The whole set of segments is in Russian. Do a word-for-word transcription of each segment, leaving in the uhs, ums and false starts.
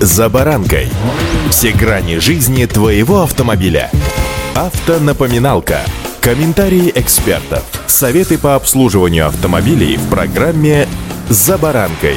«За баранкой». Все грани жизни твоего автомобиля. Автонапоминалка. Комментарии экспертов. Советы по обслуживанию автомобилей в программе «За баранкой».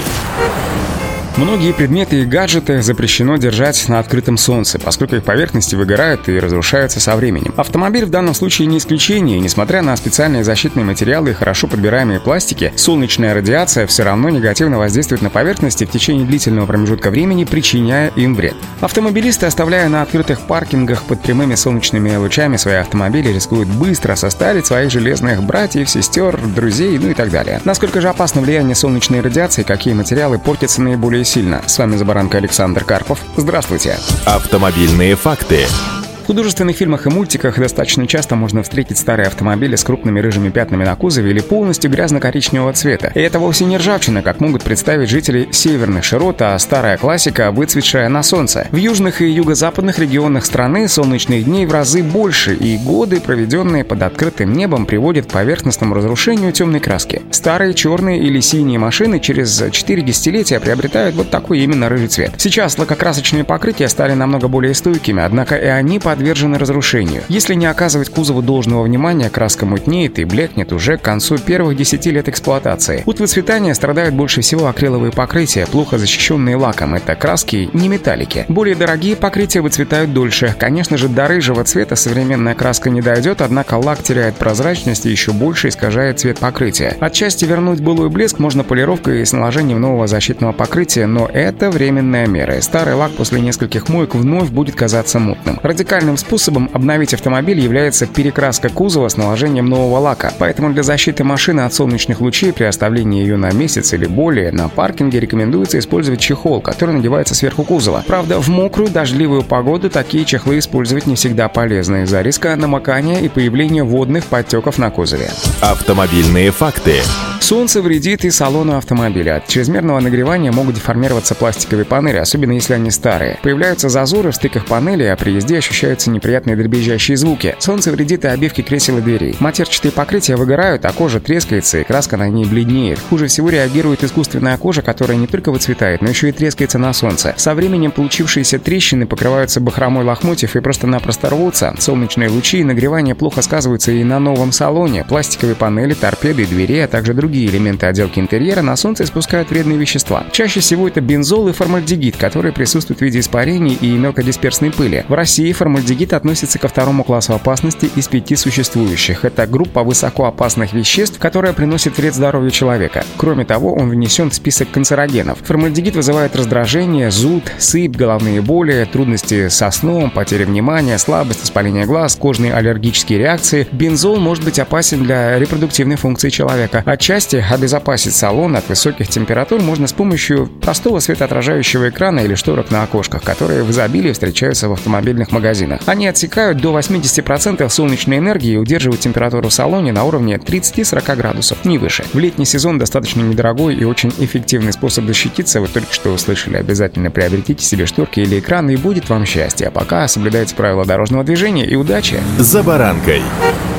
Многие предметы и гаджеты запрещено держать на открытом солнце, поскольку их поверхности выгорают и разрушаются со временем. Автомобиль в данном случае не исключение, и несмотря на специальные защитные материалы и хорошо подбираемые пластики, солнечная радиация все равно негативно воздействует на поверхности в течение длительного промежутка времени, причиняя им вред. Автомобилисты, оставляя на открытых паркингах под прямыми солнечными лучами свои автомобили, рискуют быстро состарить своих железных братьев, сестер, друзей, ну и так далее. Насколько же опасно влияние солнечной радиации, какие материалы портятся наиболее сильно? С вами «За баранкой» Александр Карпов. Здравствуйте. Автомобильные факты. В художественных фильмах и мультиках достаточно часто можно встретить старые автомобили с крупными рыжими пятнами на кузове или полностью грязно-коричневого цвета. И это вовсе не ржавчина, как могут представить жители северных широт, а старая классика, выцветшая на солнце. В южных и юго-западных регионах страны солнечных дней в разы больше, и годы, проведенные под открытым небом, приводят к поверхностному разрушению темной краски. Старые черные или синие машины через четыре десятилетия приобретают вот такой именно рыжий цвет. Сейчас лакокрасочные покрытия стали намного более стойкими, однако и они под подвержены разрушению. Если не оказывать кузову должного внимания, краска мутнеет и блекнет уже к концу первых десяти лет эксплуатации. От выцветания страдают больше всего акриловые покрытия, плохо защищенные лаком. Это краски не металлики. Более дорогие покрытия выцветают дольше. Конечно же, до рыжего цвета современная краска не дойдет, однако лак теряет прозрачность и еще больше искажает цвет покрытия. Отчасти вернуть былой блеск можно полировкой и с наложением нового защитного покрытия, но это временная мера. Старый лак после нескольких моек вновь будет казаться мутным. Радикально способом обновить автомобиль является перекраска кузова с наложением нового лака. Поэтому для защиты машины от солнечных лучей при оставлении ее на месяц или более на паркинге рекомендуется использовать чехол, который надевается сверху кузова. Правда, в мокрую, дождливую погоду такие чехлы использовать не всегда полезно из-за риска намокания и появления водных подтеков на кузове. Автомобильные факты. Солнце вредит и салону автомобиля. От чрезмерного нагревания могут деформироваться пластиковые панели, особенно если они старые. Появляются зазоры в стыках панелей, а при езде ощущаются неприятные дребезжащие звуки. Солнце вредит и обивке кресел и дверей. Матерчатые покрытия выгорают, а кожа трескается и краска на ней бледнеет. Хуже всего реагирует искусственная кожа, которая не только выцветает, но еще и трескается на солнце. Со временем получившиеся трещины покрываются бахромой лохмотьев и просто-напросто рвутся. Солнечные лучи и нагревание плохо сказываются и на новом салоне. Пластиковые панели, торпеды, двери, а также другие Другие элементы отделки интерьера на солнце испускают вредные вещества. Чаще всего это бензол и формальдегид, которые присутствуют в виде испарений и мелкодисперсной пыли. В России формальдегид относится ко второму классу опасности из пяти существующих. Это группа высокоопасных веществ, которая приносит вред здоровью человека. Кроме того, он внесен в список канцерогенов. Формальдегид вызывает раздражение, зуд, сыпь, головные боли, трудности со сном, потеря внимания, слабость, воспаление глаз, кожные аллергические реакции. Бензол может быть опасен для репродуктивной функции человека. Отчасти обезопасить салон от высоких температур можно с помощью простого светоотражающего экрана или шторок на окошках, которые в изобилии встречаются в автомобильных магазинах. Они отсекают до восемьдесят процентов солнечной энергии и удерживают температуру в салоне на уровне тридцать-сорок градусов, не выше. В летний сезон достаточно недорогой и очень эффективный способ защититься. Вы только что услышали. Обязательно приобретите себе шторки или экран, и будет вам счастье. А пока соблюдайте правила дорожного движения и удачи! «За баранкой».